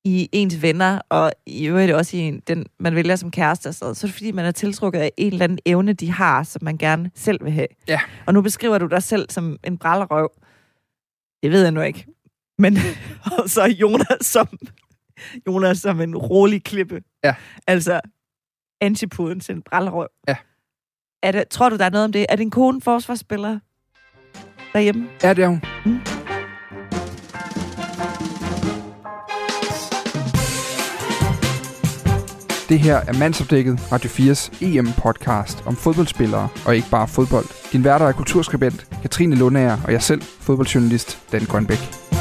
i ens venner, og i øvrigt også i den, man vælger som kæreste, så er det fordi, man er tiltrukket af en eller anden evne, de har, som man gerne selv vil have. Ja. Og nu beskriver du dig selv som en brællerøv. Det ved jeg nu ikke. Men og så Jonas som en rolig klippe. Ja. Altså, antipoden til en brællerøv. Ja. Tror du, der er noget om det? Er din kone forsvarsspiller derhjemme? Ja, det er hun. Det her er Mandsopdækket, Radio 4's EM-podcast om fodboldspillere og ikke bare fodbold. Din værter er kulturskribent Katrine Lundager og jeg selv, fodboldjournalist Dan Grønbæk.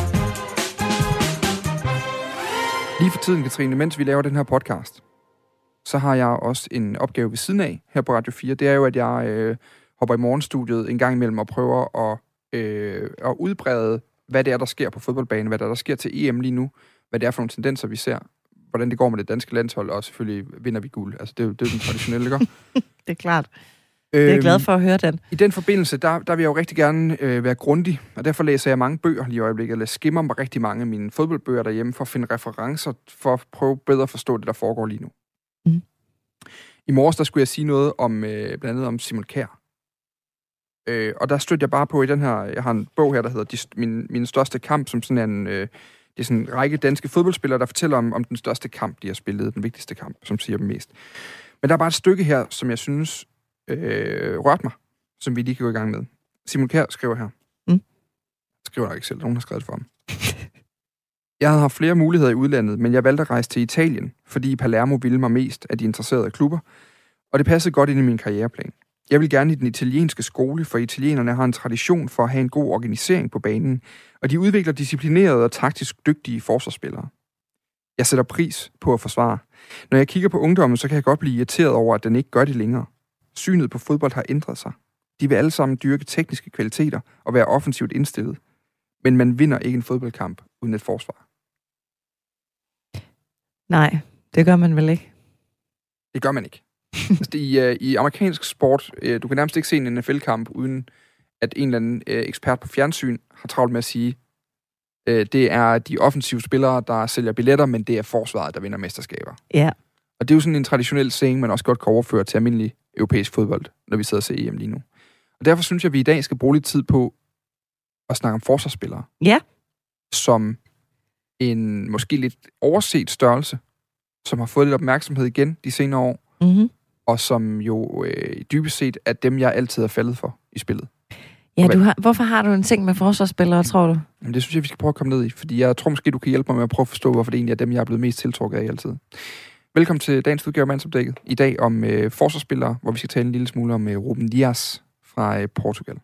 Lige for tiden, Katrine, mens vi laver den her podcast, så har jeg også en opgave ved siden af her på Radio 4. Det er jo, at jeg hopper i morgenstudiet en gang imellem og prøver at udbrede, hvad det er, der sker på fodboldbanen, hvad der sker til EM lige nu, hvad det er for nogle tendenser, vi ser, hvordan det går med det danske landshold, og selvfølgelig vinder vi guld. Altså, det er jo den traditionelle, ikke? Det er klart. Det er jeg glad for at høre, Dan. I den forbindelse, der vil jeg jo rigtig gerne være grundig, og derfor læser jeg mange bøger lige i øjeblikket, eller skimmer mig rigtig mange af mine fodboldbøger derhjemme, for at finde referencer, for at prøve bedre at forstå det, der foregår lige nu. Mm. I morges, der skulle jeg sige noget om, blandt andet om Simon Kjær. Og der stødte jeg bare på i den her, jeg har en bog her, der hedder min største kamp, som sådan en, det er sådan en række danske fodboldspillere, der fortæller om den største kamp, de har spillet, den vigtigste kamp, som siger dem mest. Men der er bare et stykke her, som jeg synes rørte mig, som vi lige kan gå i gang med. Simon Kjær skriver her. Skriver nok ikke selv, nogen har skrevet det for ham. Jeg havde haft flere muligheder i udlandet, men jeg valgte at rejse til Italien, fordi Palermo ville mig mest af de interesserede klubber, og det passede godt ind i min karriereplan. Jeg vil gerne i den italienske skole, for italienerne har en tradition for at have en god organisering på banen, og de udvikler disciplinerede og taktisk dygtige forsvarsspillere. Jeg sætter pris på at forsvare. Når jeg kigger på ungdommen, så kan jeg godt blive irriteret over, at den ikke gør det længere. Synet på fodbold har ændret sig. De vil alle sammen dyrke tekniske kvaliteter og være offensivt indstillet. Men man vinder ikke en fodboldkamp uden et forsvar. Nej, det gør man vel ikke. Det gør man ikke. Altså, i amerikansk sport, du kan nærmest ikke se en NFL-kamp, uden at en eller anden ekspert på fjernsyn har travlt med at sige, det er de offensive spillere, der sælger billetter, men det er forsvaret, der vinder mesterskaber. Ja. Og det er jo sådan en traditionel saying, man også godt kan overføre til almindelig europæisk fodbold, når vi sidder og ser EM lige nu. Og derfor synes jeg, at vi i dag skal bruge lidt tid på at snakke om forsvarsspillere. Ja. Som en måske lidt overset størrelse, som har fået lidt opmærksomhed igen de senere år, og som jo dybest set er dem, jeg altid har faldet for i spillet. Ja, hvorfor har du en ting med forsvarsspillere, tror du? Jamen, det synes jeg, vi skal prøve at komme ned i, fordi jeg tror måske, du kan hjælpe mig med at prøve at forstå, hvorfor det egentlig er dem, jeg er blevet mest tiltrukket af altid. Velkommen til dagens udgave af Mandsopdækket. I dag om forsvarsspillere, hvor vi skal tale en lille smule om Ruben Dias fra Portugal.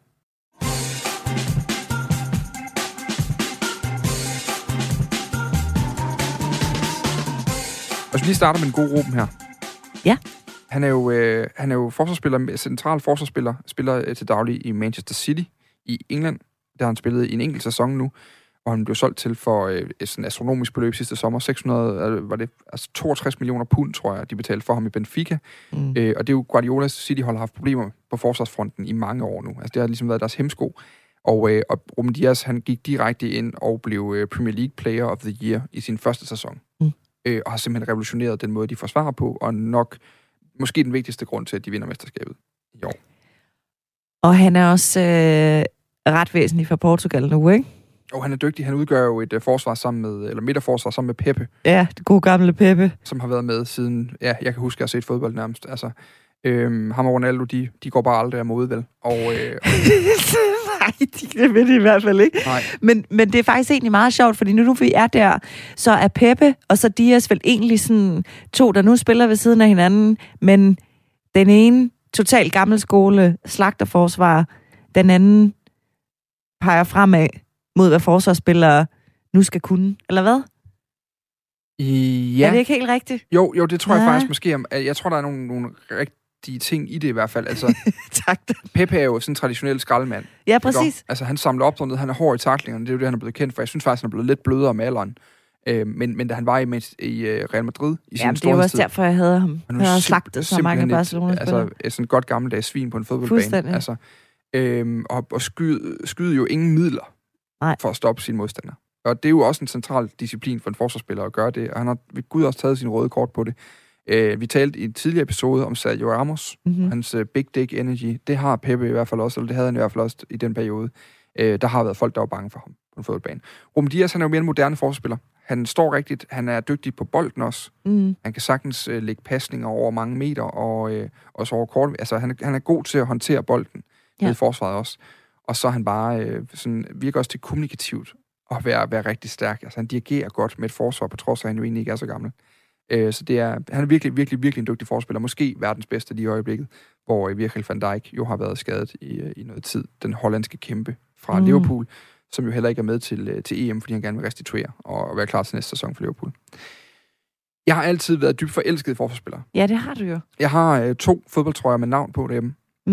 Og så lige starter med en god Ruben her. Ja. Han er jo forsvarsspiller, central forsvarsspiller, spiller til daglig i Manchester City i England. Der har han spillet i en enkelt sæson nu, og han blev solgt til for et sådan astronomisk beløb sidste sommer. 62 millioner pund, tror jeg, de betalte for ham i Benfica. Og det er jo Guardiolas City-hold har haft problemer på forsvarsfronten i mange år nu. Altså det har ligesom været deres hemsko. Og Ruben Dias, han gik direkte ind og blev Premier League Player of the Year i sin første sæson. Og har simpelthen revolutioneret den måde, de forsvarer på, og nok måske den vigtigste grund til, at de vinder mesterskabet i år. Og han er også ret væsentlig for Portugal nu, ikke? Og han er dygtig. Han udgør jo et forsvar sammen med, eller midterforsvar sammen med Pepe. Ja, det gode gamle Pepe. Som har været med siden, ja, jeg kan huske, at jeg har set fodbold nærmest. Altså, ham og Ronaldo, de går bare aldrig af mode, vel? Nej, det ved de i hvert fald ikke. Men det er faktisk egentlig meget sjovt, fordi nu vi er der, så er Pepe og så Dias vel egentlig sådan to, der nu spiller ved siden af hinanden, men den ene totalt gammel skole, slagterforsvar, den anden peger fremad mod, hvad forsvarsspillere nu skal kunne, eller hvad? Ja. Er det ikke helt rigtigt? Jo, det tror jeg faktisk måske. Jeg tror, der er nogle rigtige ting i det i hvert fald. Altså, tak. Pepe er jo sådan en traditionel skraldemand. Ja, præcis. Altså, han samler op sådan noget. Han er hård i taklingerne. Det er jo det, han er blevet kendt for. Jeg synes faktisk, han er blevet lidt blødere med alderen. Men da han var i Real Madrid i sin storhedstid... det er jo også derfor, jeg havde ham. Han har slagtet så mange Barcelona-spillere. Altså, sådan et godt gammeldags svin på en fodboldbane. Altså, og skyder jo ingen midler for at stoppe sine modstandere. Og det er jo også en central disciplin for en forsvarsspiller at gøre det, og han har ved Gud også taget sin røde kort på det. Vi talte i en tidligere episode om Sergio Ramos, hans big dick energy. Det har Pepe i hvert fald også, eller det havde han i hvert fald også i den periode. Der har været folk, der var bange for ham på en fodboldbane. Ruben Dias, han er jo mere en moderne forsvarsspiller. Han står rigtigt, han er dygtig på bolden også. Han kan sagtens lægge pasninger over mange meter, og også over kort. Altså, han er god til at håndtere bolden i forsvaret også. Og så er han bare virker også til kommunikativt og være rigtig stærk. Altså, han dirigerer godt med et forsvar, på trods af, at han jo egentlig ikke er så gammel. Så han er virkelig, virkelig, virkelig en dygtig forspiller. Måske verdens bedste lige i øjeblikket, hvor Virgil van Dijk jo har været skadet i noget tid. Den hollandske kæmpe fra Liverpool, som jo heller ikke er med til EM, fordi han gerne vil restituere og være klar til næste sæson for Liverpool. Jeg har altid været dybt forelsket i forsvarsspillere. Ja, det har du jo. Jeg har 2 fodboldtrøjer med navn på derhjemme.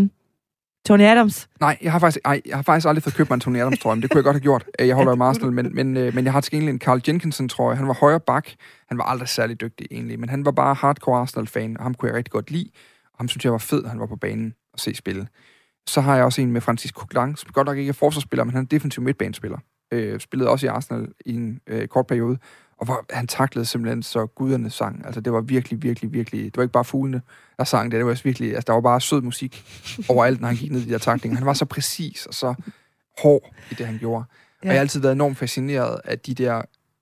Tony Adams? Nej, jeg har faktisk aldrig fået købt mig en Tony Adams-trøje, men det kunne jeg godt have gjort. Jeg holder jo med Arsenal, men jeg har til gengæld en Carl Jenkinson-trøje. Han var højre bak. Han var aldrig særlig dygtig egentlig, men han var bare hardcore Arsenal-fan, og ham kunne jeg rigtig godt lide. Og ham synes jeg var fed, han var på banen og se spille. Så har jeg også en med Francis Coquelin, som godt nok ikke er forsvarsspiller, men han er defensiv midtbanespiller. Spillede også i Arsenal i en kort periode, og hvor han taklede simpelthen så guderne sang. Altså det var virkelig, virkelig, virkelig... Det var ikke bare fuglene, der sang det. Det var også virkelig... Altså der var bare sød musik overalt, når han gik ned i de der taklinger. Han var så præcis og så hård i det, han gjorde. Ja. Og jeg har altid været enormt fascineret af de der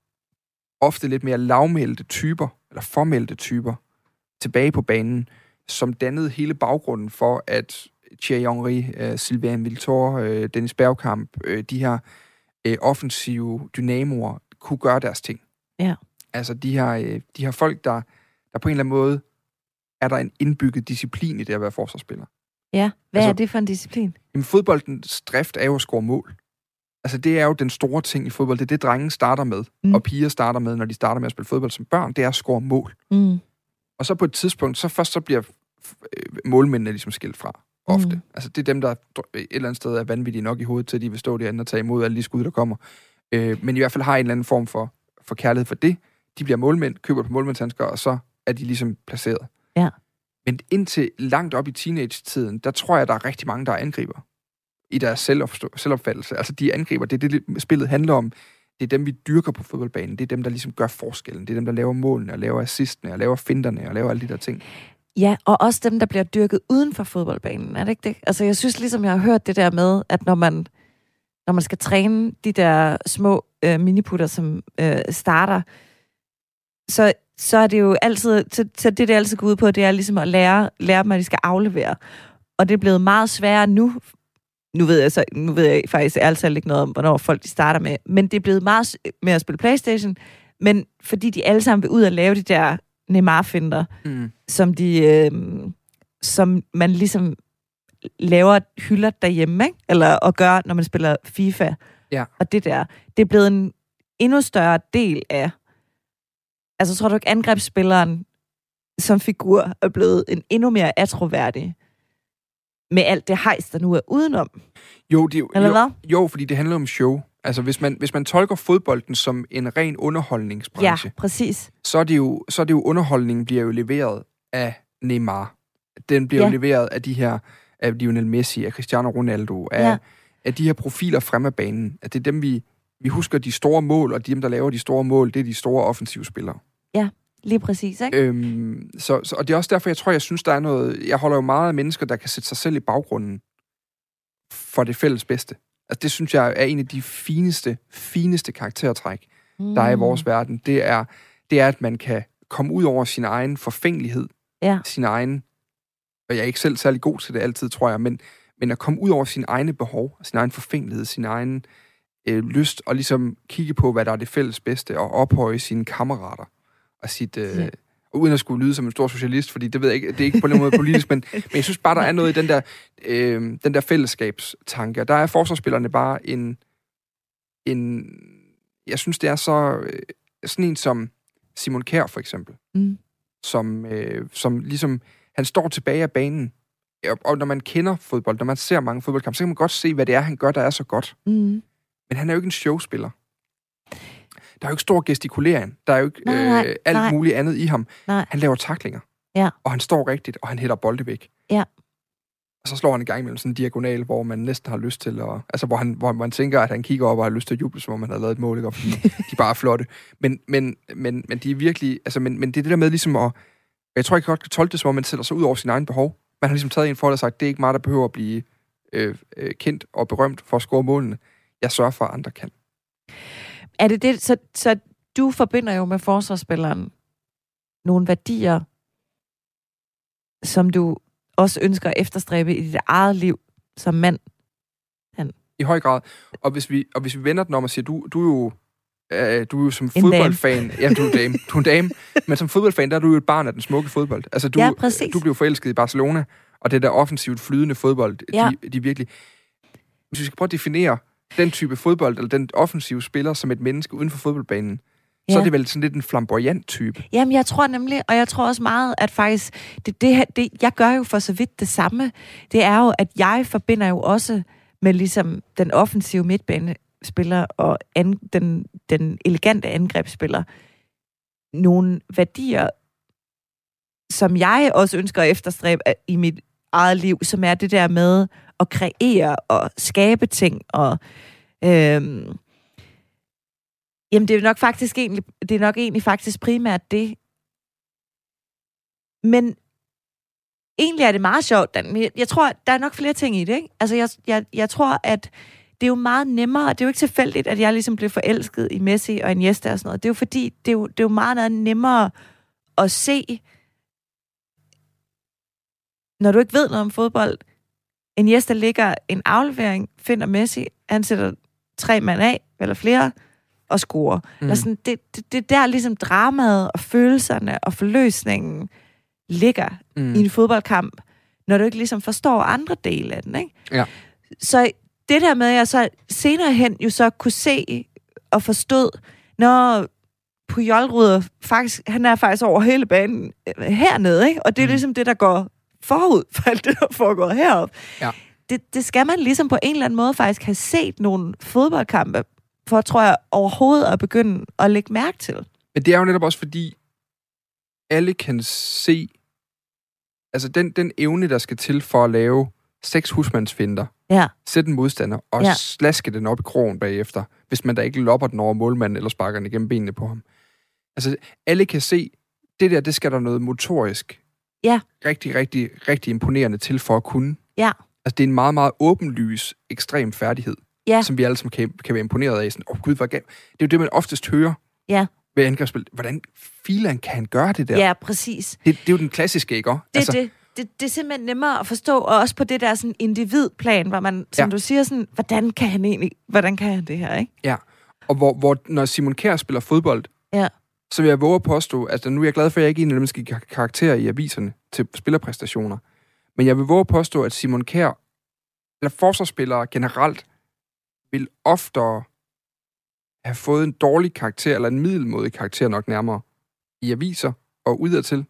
ofte lidt mere lavmælte typer, eller formælte typer, tilbage på banen, som dannede hele baggrunden for, at Thierry Henry, Sylvain Wiltord, Dennis Bergkamp, de her offensive dynamoer, kunne gøre deres ting. Ja. Altså de her folk, der på en eller anden måde, er der en indbygget disciplin i det at være forsvarsspiller. Ja, hvad er det for en disciplin? Jamen fodboldens drift er jo at score mål. Altså det er jo den store ting i fodbold. Det er det, drenge starter med, og piger starter med, når de starter med at spille fodbold som børn, det er at score mål. Og så på et tidspunkt, så bliver målmændene ligesom skilt fra. Ofte. Altså det er dem, der et eller andet sted er vanvittige nok i hovedet til, at de vil stå derinde og tage imod alle de skud, der kommer. Men i hvert fald har en eller anden form for kærlighed for det. De bliver målmænd, køber på målmændshandsker, og så er de ligesom placeret. Ja. Men indtil langt op i teenage-tiden, der tror jeg, der er rigtig mange, der angriber i deres selvopfattelse. Altså de angriber, det er det, spillet handler om. Det er dem, vi dyrker på fodboldbanen. Det er dem, der ligesom gør forskellen. Det er dem, der laver målene, og laver assistene, og laver finterne, og laver alle de der ting. Ja, og også dem, der bliver dyrket uden for fodboldbanen, er det ikke det? Altså, jeg synes ligesom, jeg har hørt det der med, at når man skal træne de der små miniputter, som starter, så er det jo altid, så det altid går ud på, det er ligesom at lære dem, at de skal aflevere. Og det er blevet meget sværere nu. Nu ved jeg faktisk ærligt ikke noget om, hvornår folk de starter med, men det er blevet meget med at spille PlayStation, men fordi de alle sammen vil ud og lave de der Neymar-finder, som man ligesom laver hylder derhjemme, ikke? Eller og gør, når man spiller FIFA. Ja. Og det er blevet en endnu større del af... Altså, tror du ikke, angrebsspilleren som figur er blevet en endnu mere attråværdig med alt det hejs, der nu er udenom? Jo, fordi det handler om show. Altså, hvis man tolker fodbolden som en ren underholdningsbranche, ja, præcis. Så er det jo underholdningen bliver jo leveret af Neymar. Den bliver jo leveret af de her, af Lionel Messi, af Cristiano Ronaldo, af de her profiler fremme af banen. At det er dem, vi husker de store mål, og dem, der laver de store mål, det er de store offensive spillere. Ja, lige præcis, ikke? Og det er også derfor, jeg synes, der er noget... Jeg holder jo meget af mennesker, der kan sætte sig selv i baggrunden for det fælles bedste. Altså, det synes jeg er en af de fineste karaktertræk, der er i vores verden. Det er, at man kan komme ud over sin egen forfængelighed, sin egen... Og jeg er ikke selv særlig god til det altid, tror jeg, men at komme ud over sin egne behov, sin egen forfængelighed, sin egen lyst, og ligesom kigge på, hvad der er det fælles bedste, og ophøje sine kammerater, og sit... Og uden at skulle lyde som en stor socialist, fordi det ved jeg ikke, det er ikke på nogen måde politisk, men jeg synes bare, der er noget i den der fællesskabstanke. Og der er forsvarsspillerne bare en jeg synes, det er sådan en som Simon Kjær, for eksempel, som ligesom, han står tilbage af banen, og når man kender fodbold, når man ser mange fodboldkampe, så kan man godt se, hvad det er, han gør, der er så godt. Men han er jo ikke en showspiller. Der er jo ikke stor gestikulering. Der er jo ikke alt muligt andet i ham. Nej. Han laver tacklinger. Ja. Og han står rigtigt, og han hætter bolde væk. Ja. Og så slår han en gang imellem sådan en diagonal, hvor man næsten har lyst til at... Altså, hvor man tænker, at han kigger op og har lyst til at juble, som om han har lavet et mål, ikke? Fordi de bare er flotte. Men de er virkelig... Altså, men det er det der med ligesom at... Jeg tror ikke godt kan tolke det, som om man sætter sig ud over sin egen behov. Man har ligesom taget en for og sagt, det er ikke mig, der behøver at blive kendt og berømt for at score målene. Jeg sørger for, at andre kan. Er det det? Så du forbinder jo med forsvarsspilleren nogle værdier, som du også ønsker at efterstræbe i dit eget liv som mand? I høj grad. Og hvis vi vender den om og siger, du er jo som fodboldfan... Ja, du er dame. Du er en dame. Men som fodboldfan, der er du jo et barn af den smukke fodbold. Altså, du blev forelsket i Barcelona, og det der offensivt flydende fodbold, de virkelig... Hvis vi skal prøve at definere den type fodbold, eller den offensive spiller som et menneske uden for fodboldbanen, så er det vel sådan lidt en flamboyant type. Jamen, jeg tror nemlig, og jeg tror også meget, at faktisk, det jeg gør jo for så vidt det samme, det er jo, at jeg forbinder jo også med ligesom den offensive midtbanespiller og den elegante angrebsspiller nogle værdier, som jeg også ønsker at efterstræbe i mit eget liv, som er det der med at kreere og skabe ting og jamen, det er nok egentlig faktisk primært det. Men egentlig er det meget sjovt, Dan. Jeg tror, der er nok flere ting i det, ikke? Altså, jeg tror, at det er jo meget nemmere. Det er jo ikke tilfældigt, at jeg ligesom blev forelsket i Messi og Iniesta og sådan noget. Det er jo fordi, det er jo meget nemmere at se, når du ikke ved noget om fodbold. Iniesta ligger en aflevering, finder Messi, han sætter 3 mand af, eller flere, og score. Sådan, det der ligesom dramaet og følelserne og forløsningen ligger i en fodboldkamp, når du ikke ligesom forstår andre dele af den, ikke? Ja. Så det der med, at jeg så senere hen jo så kunne se og forstod, når Puyol rydder faktisk, han er faktisk over hele banen hernede, ikke? Og det er ligesom det, der går forud for alt det, der foregår heroppe. Ja. Det skal man ligesom på en eller anden måde faktisk have set nogle fodboldkampe, for, tror jeg, overhovedet at begynde at lægge mærke til. Men det er jo netop også fordi, alle kan se, altså den evne, der skal til for at lave 6 husmandsfinter, sætte en modstander og slaske den op i krogen bagefter, hvis man da ikke lopper den over målmanden eller sparker den igennem benene på ham. Altså, alle kan se, det skal der noget motorisk rigtig, rigtig, rigtig imponerende til for at kunne. Ja. Altså, det er en meget, meget åbenlys, ekstrem færdighed, som vi alle sammen kan være imponeret af. Sådan, gud, hvor gav. Det er jo det, man oftest hører ved angrebsspil. Hvordan filan kan han gøre det der? Ja, præcis. Det er jo den klassiske, ikke? Det er simpelthen nemmere at forstå, og også på det der sådan individplan, hvor man, som du siger, sådan, hvordan kan han det her, ikke? Ja, og hvor når Simon Kjær spiller fodbold, så vil jeg våge at påstå, altså nu er jeg glad for, at jeg ikke er en af dem, der skal give karakterer i aviserne til spillerpræstationer, men jeg vil våge at påstå, at Simon Kjær, eller forsvarsspillere generelt, vil oftere have fået en dårlig karakter, eller en middelmådig karakter nok nærmere, i aviser og udadtil,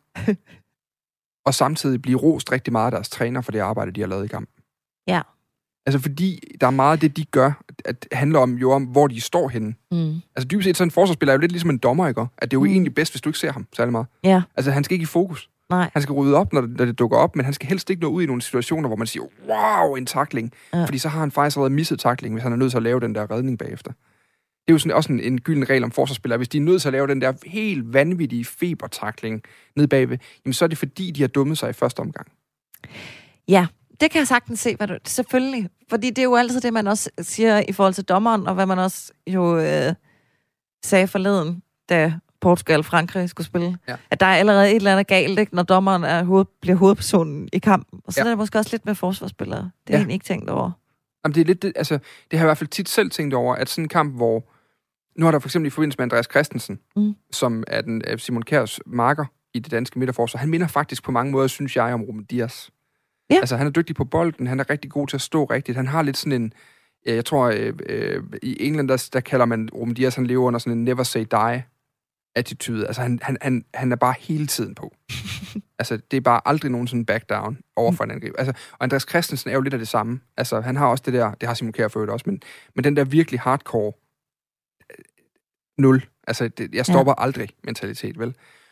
og samtidig blive rost rigtig meget af deres træner for det arbejde, de har lavet i kampen. Ja. Altså fordi der er meget af det, de gør, at handler om, hvor de står henne. Altså dybest set, sådan en forsvarsspiller er jo lidt ligesom en dommer, ikke? At det er jo egentlig bedst, hvis du ikke ser ham særlig meget. Ja. Altså han skal ikke i fokus. Nej. Han skal rydde op, når det dukker op, men han skal helst ikke nå ud i nogle situationer, hvor man siger, wow, en tackling. Ja. Fordi så har han faktisk allerede misset tackling, hvis han er nødt til at lave den der redning bagefter. Det er jo sådan også en gylden regel om forsvarsspillere. Hvis de er nødt til at lave den der helt vanvittige febertackling ned bagved, jamen så er det fordi, de har dummet sig i første omgang. Ja, det kan jeg sagtens se, selvfølgelig. Fordi det er jo altid det, man også siger i forhold til dommeren, og hvad man også jo sagde forleden, da Portugal og Frankrig skulle spille. Ja. At der er allerede et eller andet galt, ikke, når dommeren bliver hovedpersonen i kampen. Og så er det måske også lidt med forsvarsspillere. Det har jeg egentlig ikke tænkt over. Jamen, det er lidt det, altså, det har jeg i hvert fald tit selv tænkt over, at sådan en kamp, hvor nu har der for eksempel i forbindelse med Andreas Christensen, som er den Simon Kjærs marker i det danske midterforsvar, han minder faktisk på mange måder, synes jeg, om Ruben Dias. Ja. Altså, han er dygtig på bolden, han er rigtig god til at stå rigtigt. Han har lidt sådan en, jeg tror, i England, der kalder man Ruben Dias, han lever under sådan en never say die attitude. Altså, han er bare hele tiden på. Altså, det er bare aldrig nogen sådan back down over for en angreb. Altså, og Andreas Christensen er jo lidt af det samme. Altså, han har også det der, det har Simon Kjær for også, men den der virkelig hardcore 0. Altså, jeg stopper aldrig mentalitet, vel?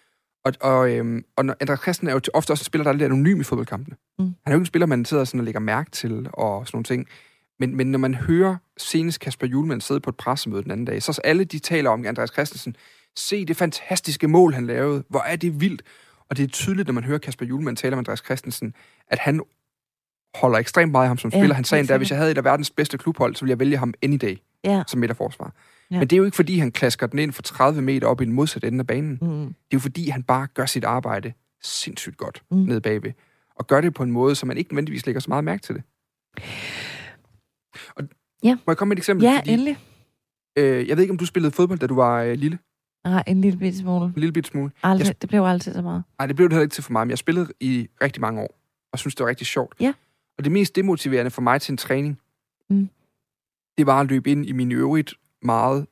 Og Andreas Christensen er jo ofte også en spiller, der er lidt anonym i fodboldkampene. Han er jo ikke en spiller, man sidder sådan og lægger mærke til og sådan nogle ting. Men når man hører senest Kasper Hjulmand sidde på et pressemøde den anden dag, så alle de taler om Andreas Christensen. Se det fantastiske mål, han lavede. Hvor er det vildt. Og det er tydeligt, når man hører Kasper Hjulmand tale om Andreas Christensen, at han holder ekstremt meget af ham som spiller. Han sagde endda, hvis jeg havde et af verdens bedste klubhold, så ville jeg vælge ham any day som midterforsvar. Ja. Men det er jo ikke, fordi han klasker den ind for 30 meter op i den modsatte ende af banen. Det er jo, fordi han bare gør sit arbejde sindssygt godt nede bagved. Og gør det på en måde, så man ikke nødvendigvis lægger så meget mærke til det. Og må jeg komme med et eksempel? Ja, fordi, endelig. Jeg ved ikke, om du spillede fodbold, da du var lille? Nej, en lille bitte smule. En lille bitte smule. Aldrig, det blev aldrig så meget. Nej, det blev det heller ikke til for mig, men jeg spillede i rigtig mange år, og synes det var rigtig sjovt. Ja. Og det mest demotiverende for mig til en træning, det var at løbe ind i min øvrigt meget,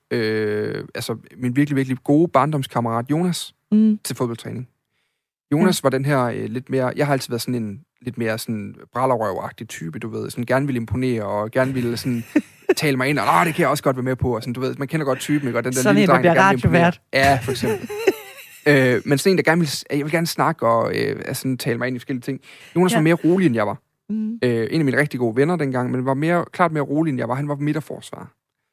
min virkelig, virkelig gode barndomskammerat Jonas til fodboldtræning. Jonas var den her lidt mere, jeg har altid været sådan en lidt mere sådan brallerøv-agtig type, du ved, sådan gerne ville imponere, og gerne ville sådan tale mig ind, og det kan jeg også godt være med på, og sådan, du ved, man kender godt typen, ikke? Og den der sådan lille dreng, der gerne vil imponere. Ja, for eksempel. Men sådan en, der gerne jeg vil gerne snakke og sådan tale mig ind i forskellige ting. Jonas var mere rolig, end jeg var. En af mine rigtig gode venner dengang, men var klart mere rolig, end jeg var. Han var midterforsvarer.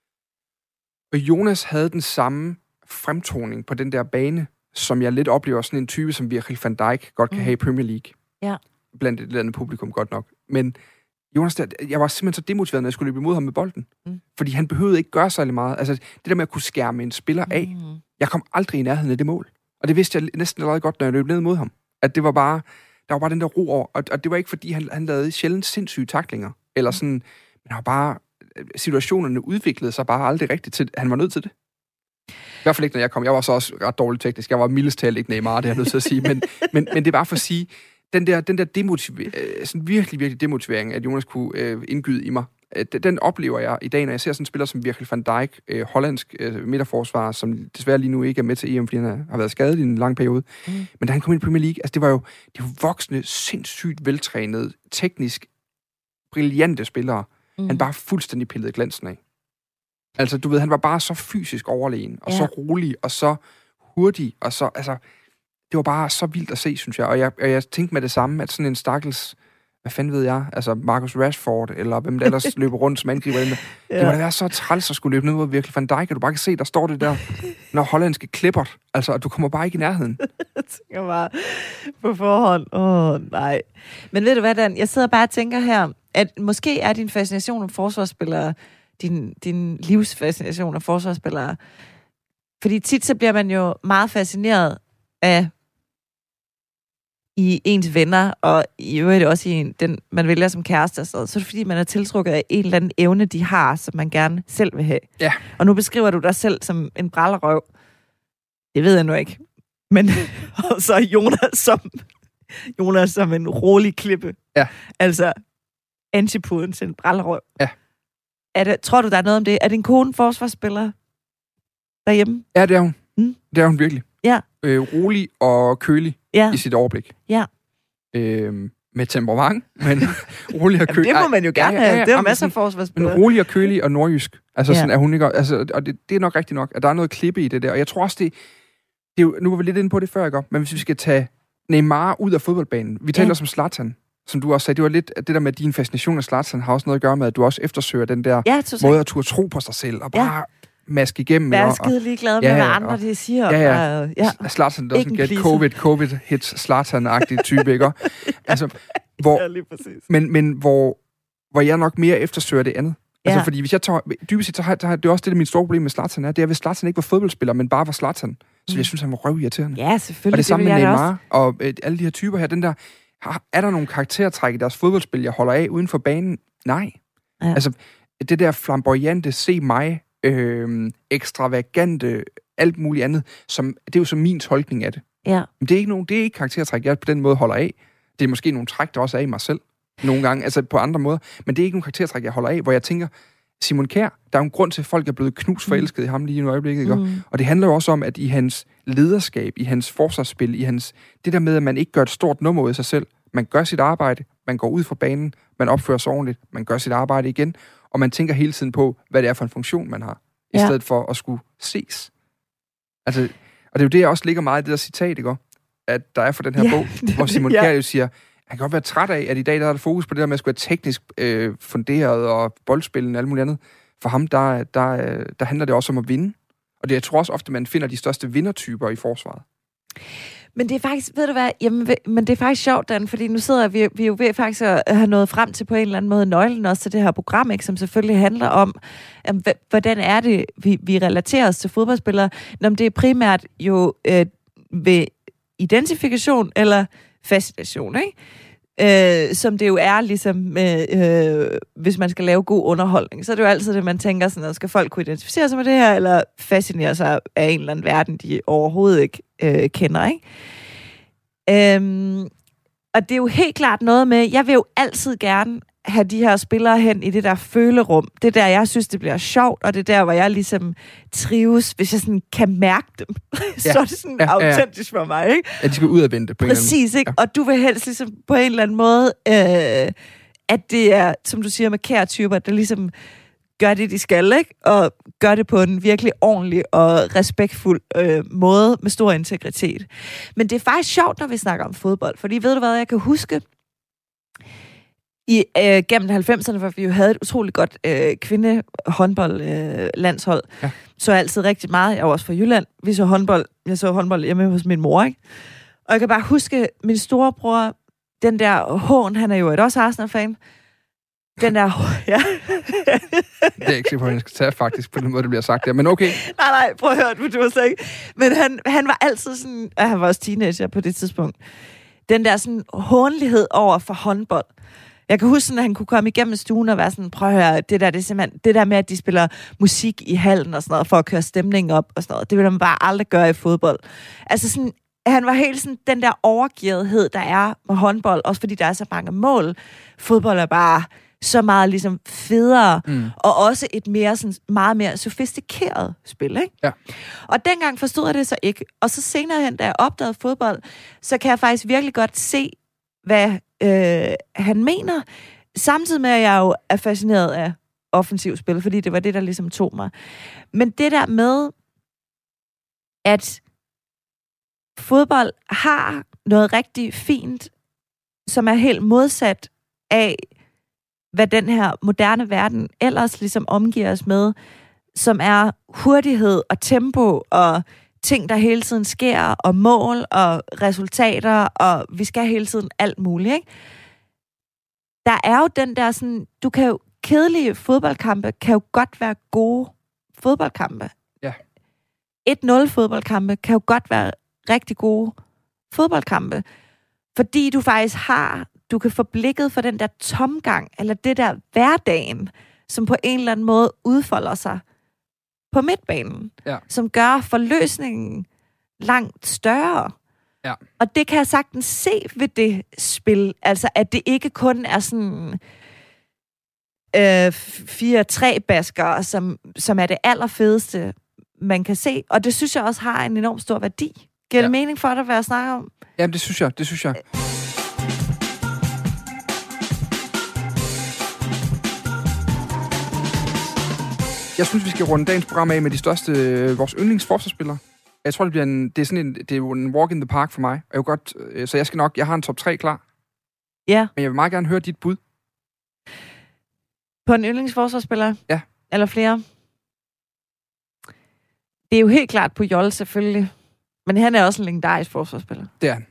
Og Jonas havde den samme fremtoning på den der bane, som jeg lidt oplever sådan en type, som Virgil van Dijk godt kan have i Premier League. Ja. Blandt et eller andet publikum godt nok. Men Jonas, jeg var simpelthen så demotiveret, når jeg skulle løbe imod ham med bolden. Fordi han behøvede ikke gøre særlig meget. Altså, det der med at kunne skærme en spiller af. Jeg kom aldrig i nærheden af det mål. Og det vidste jeg næsten allerede godt, når jeg løb ned mod ham. At det var bare, der var bare den der ro over. Og det var ikke, fordi han lavede sjældent sindssyge taklinger. Eller sådan, men han var bare, situationerne udviklede sig bare aldrig rigtigt til, han var nødt til det. I hvert fald ikke, når jeg kom. Jeg var så også ret dårlig teknisk. Jeg var mildest talt ikke Neymar, det er jeg nødt til at sige. Men det er bare for at sige, den der sådan virkelig, virkelig demotivering, at Jonas kunne indgyde i mig, den oplever jeg i dag, når jeg ser sådan en spiller som Virgil van Dijk, hollandsk midterforsvarer, som desværre lige nu ikke er med til EM, fordi han har været skadet i en lang periode. Men da han kom ind i Premier League, altså det var voksne, sindssygt veltrænede, teknisk brillante spillere. Han bare fuldstændig pillede glansen af. Altså, du ved, han var bare så fysisk overlegen, og så rolig, og så hurtig, og så, altså, det var bare så vildt at se, synes jeg. Og jeg tænkte med det samme, at sådan en stakkels, hvad fanden ved jeg, altså Marcus Rashford, eller hvem der ellers løber rundt som angriber. Det må da være så træls at skulle løbe ned mod Virgil van Dijk, og du bare kan se, der står det der, når hollandske klippert, altså, og du kommer bare ikke i nærheden. Jeg tænker bare på forhånd, nej. Men ved du hvad, Dan, jeg sidder bare og tænker her, at måske er din fascination af forsvarsspillere, din livsfascination af forsvarsspillere, fordi tit så bliver man jo meget fascineret af i ens venner, og i øvrigt også i den, man vælger som kæreste, så er det fordi, man er tiltrukket af en eller anden evne, de har, som man gerne selv vil have. Ja. Og nu beskriver du dig selv som en brallerøv. Det ved jeg nu ikke. Men og så Jonas som en rolig klippe. Ja. Altså, antipoden til en brallerøv. Ja. Tror du, der er noget om det? Er din kone forsvarsspiller derhjemme? Ja, det er hun. Det er hun virkelig. Ja. Rolig og kølig i sit overblik. Ja. Med temperament, men rolig og kølig. Det må man jo gerne have. Det er jo masser af forsvarsspillere. Men rolig og kølig og nordjysk. Altså sådan er hun ikke. Altså, og det er nok rigtigt nok, at der er noget klippe i det der. Og jeg tror også, det er jo, nu var vi lidt inde på det før, ikke? Men hvis vi skal tage Neymar ud af fodboldbanen. Vi taler som Zlatan, som du også sagde. Det var lidt det der med, din fascination af Zlatan har også noget at gøre med, at du også eftersøger den der måde at turde tro på sig selv og bare maske igennem. Jeg er skide ligeglad med, hvad andre de siger. Ja. Zlatan, der er sådan get covid hits Zlatan-agtig type, ikke? Altså, men hvor jeg nok mere eftersøger det andet. Altså, fordi hvis jeg tager, dybest set, så har det også det, der mit store problem med Zlatan er, det er, hvis Zlatan ikke var fodboldspiller, men bare var Zlatan, så jeg synes, han var røvirriterende. Ja, selvfølgelig. Og det samme med Neymar og alle de her typer her, den der, er der nogle karaktertræk i deres fodboldspil, jeg holder af uden for banen? Nej. Ja. Altså, det der flamboyante, se mig, ekstravagante, alt muligt andet, det er jo så min tolkning af det. Ja. Men det er ikke karaktertræk, jeg på den måde holder af. Det er måske nogle træk, der også er i mig selv. Nogle gange, altså på andre måder. Men det er ikke nogen karaktertræk, jeg holder af, hvor jeg tænker, Simon Kjær, der er jo en grund til, at folk er blevet knust forelsket i ham lige i et øjeblik, ikke? Og det handler jo også om, at i hans lederskab, i hans forsvarsspil, i hans det der med, at man ikke gør et stort nummer ud af sig selv. Man gør sit arbejde, man går ud fra banen, man opfører sig ordentligt, man gør sit arbejde igen, og man tænker hele tiden på, hvad det er for en funktion, man har, i stedet for at skulle ses. Altså, og det er jo det, jeg også ligger meget i det der citat, ikke? at der er for den her bog, hvor Simon Kjær jo siger, han kan godt være træt af, at i dag der er der fokus på det der med at skulle være teknisk funderet og boldspillen og alt muligt andet. For ham, der handler det også om at vinde. Og det jeg tror også ofte, man finder de største vindertyper i forsvaret. Men det er faktisk, ved du hvad, men det er faktisk sjovt, Dan, fordi nu sidder vi jo ved faktisk at have nået frem til på en eller anden måde nøglen også til det her program, ikke, som selvfølgelig handler om, hvordan er det, vi relaterer os til fodboldspillere. Når det er primært jo ved identifikation eller fascination, ikke? Som det jo er ligesom, hvis man skal lave god underholdning, så er det jo altid det, man tænker sådan, at skal folk kunne identificere sig med det her, eller fascinere sig af en eller anden verden, de overhovedet ikke kender, ikke? Og det er jo helt klart noget med, jeg vil jo altid gerne have de her spillere hen i det der følerum. Det der, jeg synes, det bliver sjovt, og det der, hvor jeg ligesom trives, hvis jeg sådan kan mærke dem. Så er det sådan autentisk for mig, ikke? Ja, de skal ud af vente på en eller anden måde. Præcis, ikke? Ja. Og du vil helst ligesom på en eller anden måde, at det er, som du siger, med kærtyper, der ligesom gør det, de skal, ikke? Og gør det på en virkelig ordentlig og respektfuld måde med stor integritet. Men det er faktisk sjovt, når vi snakker om fodbold, fordi ved du hvad, jeg kan huske gennem 90'erne, hvor vi jo havde et utroligt godt kvindehåndboldlandshold, så altid rigtig meget. Jeg var også fra Jylland. Vi så håndbold. Jeg så håndbold hjemme hos min mor, ikke? Og jeg kan bare huske, min storebror, den der hån, han er jo også Arsenal-fan. Den der... Ja. Det er ikke sikkert, at jeg skal tage faktisk på den måde, det bliver sagt der, men okay. Nej, prøv at høre, du var ikke. Men han var altid sådan... Han var også teenager på det tidspunkt. Den der sådan hånlighed over for håndbold. Jeg kan huske, at han kunne komme igennem stuen og være sådan, prøv at høre, det er simpelthen, det der med, at de spiller musik i hallen og sådan noget, for at køre stemningen op og sådan noget, det vil man bare aldrig gøre i fodbold. Altså sådan, han var helt sådan, den der overgivethed, der er med håndbold, også fordi der er så mange mål. Fodbold er bare så meget ligesom federe, og også et mere sådan, meget mere sofistikeret spil, ikke? Ja. Og dengang forstod jeg det så ikke. Og så senere hen, da jeg opdagede fodbold, så kan jeg faktisk virkelig godt se, hvad han mener, samtidig med, at jeg jo er fascineret af offensiv spil, fordi det var det, der ligesom tog mig. Men det der med, at fodbold har noget rigtig fint, som er helt modsat af, hvad den her moderne verden ellers ligesom omgiver os med, som er hurtighed og tempo og ting, der hele tiden sker, og mål og resultater, og vi skal hele tiden alt muligt, ikke? Der er jo den der sådan, kedelige fodboldkampe kan jo godt være gode fodboldkampe. Ja. 1-0 fodboldkampe kan jo godt være rigtig gode fodboldkampe, fordi du kan få blikket for den der tomgang, eller det der hverdagen, som på en eller anden måde udfolder sig på midtbanen, som gør forløsningen langt større. Ja. Og det kan jeg sagtens se ved det spil. Altså, at det ikke kun er sådan 4-3-basker, som er det allerfedeste, man kan se. Og det synes jeg også har en enormt stor værdi. Giver det mening for dig, hvad jeg snakker om? Jamen, det synes jeg. Jeg synes, vi skal runde dagens program af med de største, vores yndlingsforsvarsspillere. Jeg tror, det er jo en walk in the park for mig. Så jeg har en top 3 klar. Ja. Men jeg vil meget gerne høre dit bud. På en yndlingsforsvarsspiller? Ja. Eller flere? Det er jo helt klart på Puyol, selvfølgelig. Men han er også en legendarisk forsvarsspiller. Det er han.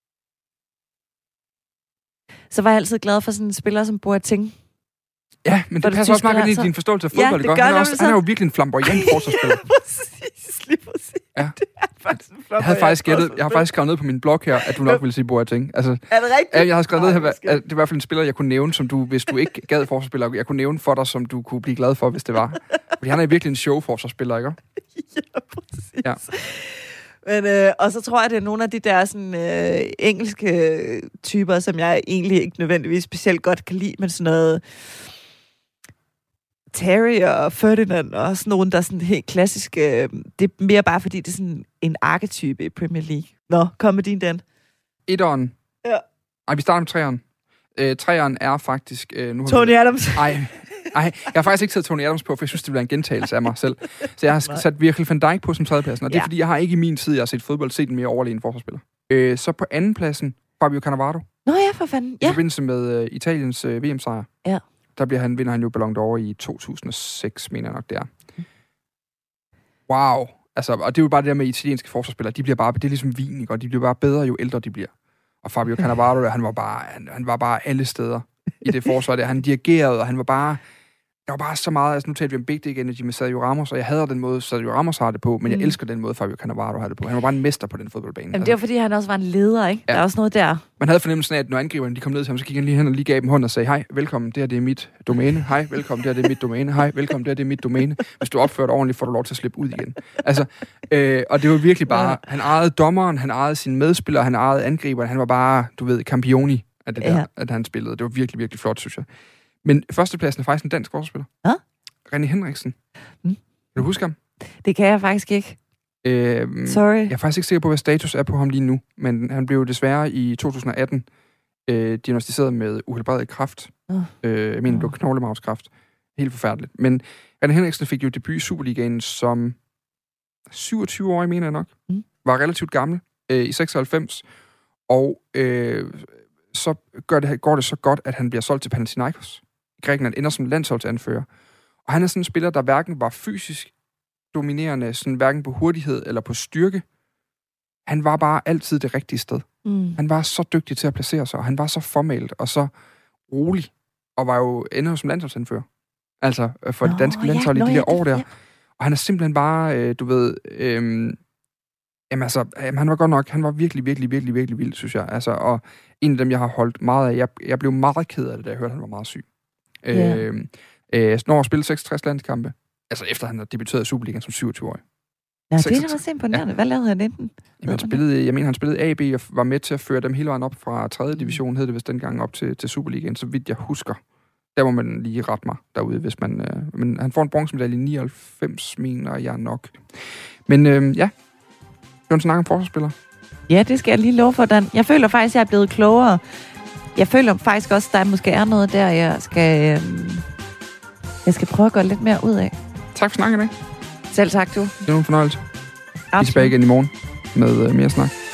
Så var jeg altid glad for sådan en spiller som Boateng. Ja, men det passer også meget godt ind i din forståelse af fodbold. Ja, det gør han er jo virkelig en flamboyant forsvarsspiller. Lige præcis. Ja. Det er faktisk en jeg har faktisk skrevet ned på min blog her, at du nok ville sige Boateng. Altså, er det rigtigt? Jeg har skrevet ned her, at det er i hvert fald en spiller, jeg kunne nævne, som du, hvis du ikke gad forsvarsspiller, jeg kunne nævne for dig, som du kunne blive glad for, hvis det var. Fordi han er virkelig en show-forsvarsspiller, ikke? Ja, præcis. Ja. Men, og så tror jeg, det er nogle af de der sådan, engelske typer, som jeg egentlig ikke nødvendigvis specielt godt kan lide, men sådan noget Terry og Ferdinand og sådan nogle, der er sådan helt klassiske. Det er mere bare, fordi det er sådan en arketype i Premier League. Nå, kom med din, Dan. 1'eren. Ja. Ej, vi starter med 3'eren. 3'eren er faktisk... Tony Adams. Ej, jeg har faktisk ikke taget Tony Adams på, for jeg synes, det bliver en gentagelse af mig selv. Så jeg har sat virkelig Van Dijk på som tredjepladsen, og det er, fordi jeg har ikke i min tid, jeg har set fodbold, set en mere overlegen forsvarsspiller. Så på andenpladsen, Fabio Cannavaro. Nå ja, for fanden. I forbindelse med Italiens vinder vinder han jo Ballon d'Or i 2006, mener jeg nok, det er. Wow. Altså, og det er jo bare det der med italienske forsvarsspillere. Det er ligesom vin, ikke? Og de bliver bare bedre, jo ældre de bliver. Og Fabio Cannavaro, han var bare alle steder i det forsvar der. Han dirigerede, og han var bare... Der var bare så meget, altså nu talte vi om Big Dick Energy med Sergio Ramos, og jeg hader den måde, Sergio Ramos har det på, men jeg elsker den måde, Fabio Cannavaro har det på. Han var bare en mester på den fodboldbane. Jamen, det var fordi, han også var en leder, ikke? Ja. Der er også noget der. Man havde fornemmelsen af, at når angriberne de kom ned til ham, så gik han lige hen og lige gav dem hånd og sagde, hej, velkommen, det her det er mit domæne. Hej, velkommen, det her det er mit domæne. Hej, velkommen, det her det er mit domæne. Hvis du opfører dig ordentligt, får du lov til at slippe ud igen. Altså, og det var virkelig bare, han ejede dommeren, han ejede sine medspillere, han ejede angriberne, han var bare, du ved, campioni af det der, at han spillede. Det var virkelig, virkelig flot, synes jeg. Men førstepladsen er faktisk en dansk forsvarsspiller. Ja? René Henriksen. Kan du huske ham? Det kan jeg faktisk ikke. Sorry. Jeg er faktisk ikke sikker på, hvad status er på ham lige nu, men han blev desværre i 2018 diagnosticeret med uhelbredelig kræft. Jeg mener, det var knoglemarvskræft. Helt forfærdeligt. Men René Henriksen fik jo debut i Superligaen som 27-årig, mener jeg nok. Var relativt gammel i 96. Og så går det så godt, at han bliver solgt til Panathinaikos. Grækenland ender som landsholdsanfører. Og han er sådan en spiller, der hverken var fysisk dominerende, sådan hverken på hurtighed eller på styrke. Han var bare altid det rigtige sted. Han var så dygtig til at placere sig, og han var så formelt og så rolig, og var jo ender som landsholdsanfører. Altså for det danske landshold i de der år der. Og han er simpelthen bare, han var godt nok, han var virkelig, virkelig, virkelig, virkelig vild, synes jeg. Altså, og en af dem, jeg har holdt meget af, jeg blev meget ked af det, da jeg hørte, han var meget syg. Når han spillede 66 landskampe, altså efter han havde debuteret i Superligaen som 27-årig. Ja, det er også imponerende. Hvad lavede han enten? Han spillede AB og var med til at føre dem hele vejen op fra 3. division, hed det vist dengang, op til Superligaen, så vidt jeg husker. Der må man lige rette mig derude, hvis man... men han får en bronzemedalje i 99, mener jeg nok. Men det var en snak om forsvarsspillere. Ja, det skal jeg lige love for, Dan. Jeg føler faktisk, jeg er blevet klogere. Jeg føler faktisk også, der måske er noget der, jeg skal prøve at gøre lidt mere ud af. Tak for snakken i dag. Selv tak, du. Det er en fornøjelse. Vi er tilbage igen i morgen med mere snak.